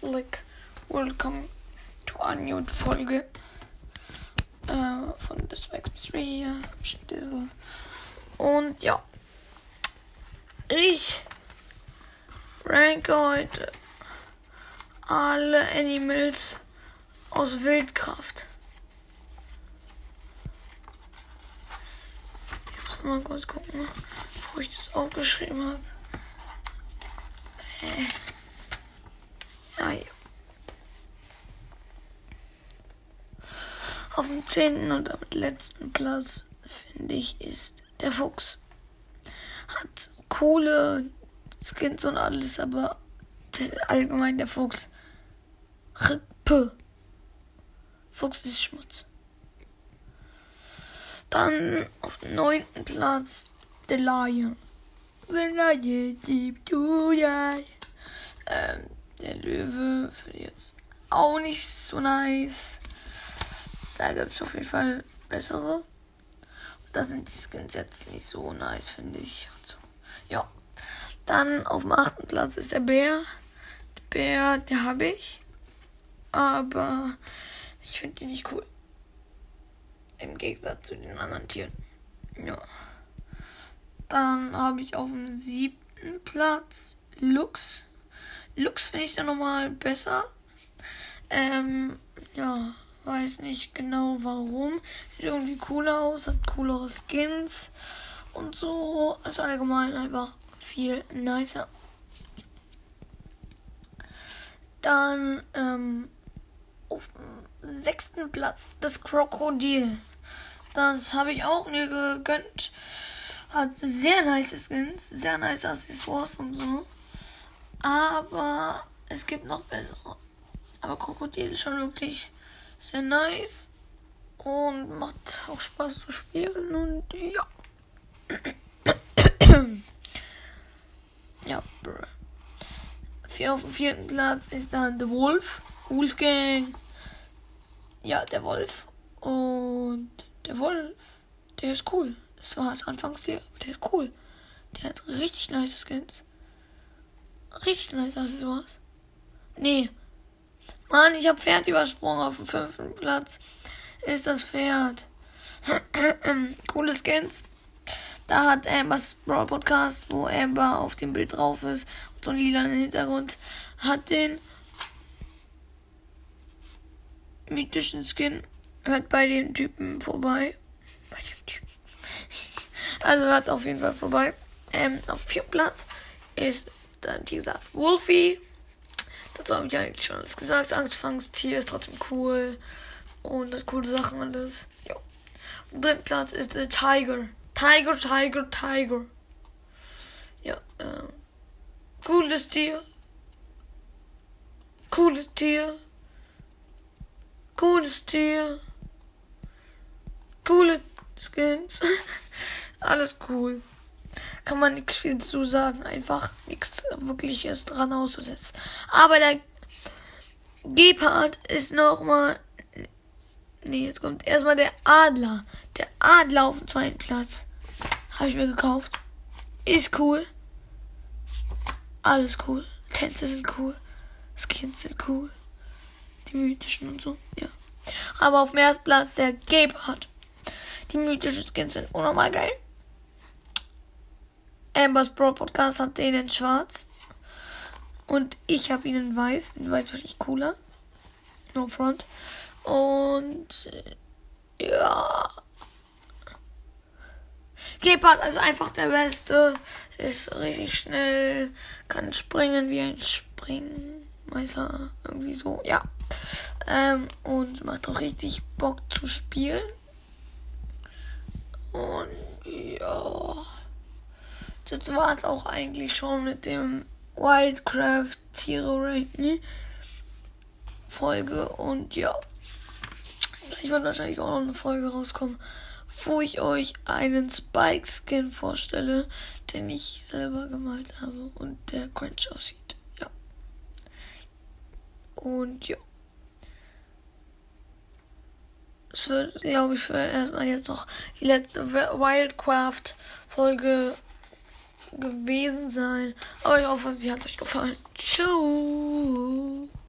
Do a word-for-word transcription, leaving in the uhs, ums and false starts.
herzlich willkommen zu einer neuen Folge äh, von The Swag drei Still. Und ja, ich ranke heute alle Animals aus Wildkraft. Ich muss mal kurz gucken, wo ich das aufgeschrieben habe. Äh. Ja, ja. Auf dem zehnten und damit letzten Platz, finde ich, ist der Fuchs. Hat coole Skins und alles, aber allgemein der Fuchs. Rippe. Fuchs ist Schmutz. Dann auf dem neunten Platz der Lion. Wenn er die du ja. Ähm, der Löwe finde ich jetzt auch nicht so nice. Da gibt es auf jeden Fall bessere. Und da sind die Skins jetzt nicht so nice, finde ich. Und so. Ja. Dann auf dem achten Platz ist der Bär. Der Bär, der habe ich. Aber ich finde die nicht cool. Im Gegensatz zu den anderen Tieren. Ja. Dann habe ich auf dem siebten Platz Luchs. Luchs finde ich dann nochmal besser. Ähm, ja, weiß nicht genau warum. Sieht irgendwie cooler aus, hat coolere Skins. Und so ist allgemein einfach viel nicer. Dann, ähm, auf dem sechsten Platz das Krokodil. Das habe ich auch mir gegönnt. Hat sehr nice Skins, sehr nice Accessoires und so. Aber es gibt noch bessere. Aber Krokodil ist schon wirklich sehr nice. Und macht auch Spaß zu spielen. Und ja. ja, bruh. Vier auf dem vierten Platz ist dann The Wolf. Wolfgang. Ja, der Wolf. Und der Wolf, der ist cool. Das war das Anfangstier, aber der ist cool. Der hat richtig nice Skins. Richtig nice Accessoires. Nee. Mann, ich hab Pferd übersprungen auf dem fünften Platz. Ist das Pferd. Coole Skins. Da hat Ambers Brawl Podcast, wo Amber auf dem Bild drauf ist und so ein lilanen Hintergrund, hat den mythischen Skin. Hört bei dem Typen vorbei. Bei dem Typen. Also hört auf jeden Fall vorbei. Ähm, auf dem vierten Platz ist dann, wie gesagt, Wolfie. Dazu habe ich eigentlich schon alles gesagt. Angstfangstier ist trotzdem cool. Und das coole Sachen alles. Ja. Auf dem dritten Platz ist der Tiger. Tiger, Tiger, Tiger. Ja, ähm. Cooles Tier. Cooles Tier. Cooles Tier. Coole Skins. Alles cool. Kann man nichts viel zu sagen. Einfach nichts Wirkliches dran auszusetzen. Aber der Gepard ist nochmal. Nee, jetzt kommt erstmal der Adler. Der Adler auf dem zweiten Platz. Habe ich mir gekauft. Ist cool. Alles cool. Tänze sind cool. Skins sind cool. Die mythischen und so. Ja. Aber auf dem ersten Platz der Gepard. Die mythischen Skins sind unnormal geil. Ambers Brawl Podcast hat den in schwarz. Und ich habe ihn in weiß. Den weiß finde ich cooler. No front. Und äh, ja. Gepard ist einfach der Beste. Ist richtig schnell. Kann springen wie ein Springmeister. Irgendwie so. Ja. Ähm, und macht auch richtig Bock zu spielen. Und ja. Das war es auch eigentlich schon mit dem Wildcraft Zero Ranking Folge. Und ja. Gleich wird wahrscheinlich auch noch eine Folge rauskommen, wo ich euch einen Spike-Skin vorstelle, den ich selber gemalt habe und der cringe aussieht. Ja. Und ja. Es wird, glaube ich, für erstmal jetzt noch die letzte Wildcraft-Folge gewesen sein. Aber ich hoffe, sie hat euch gefallen. Tschüss.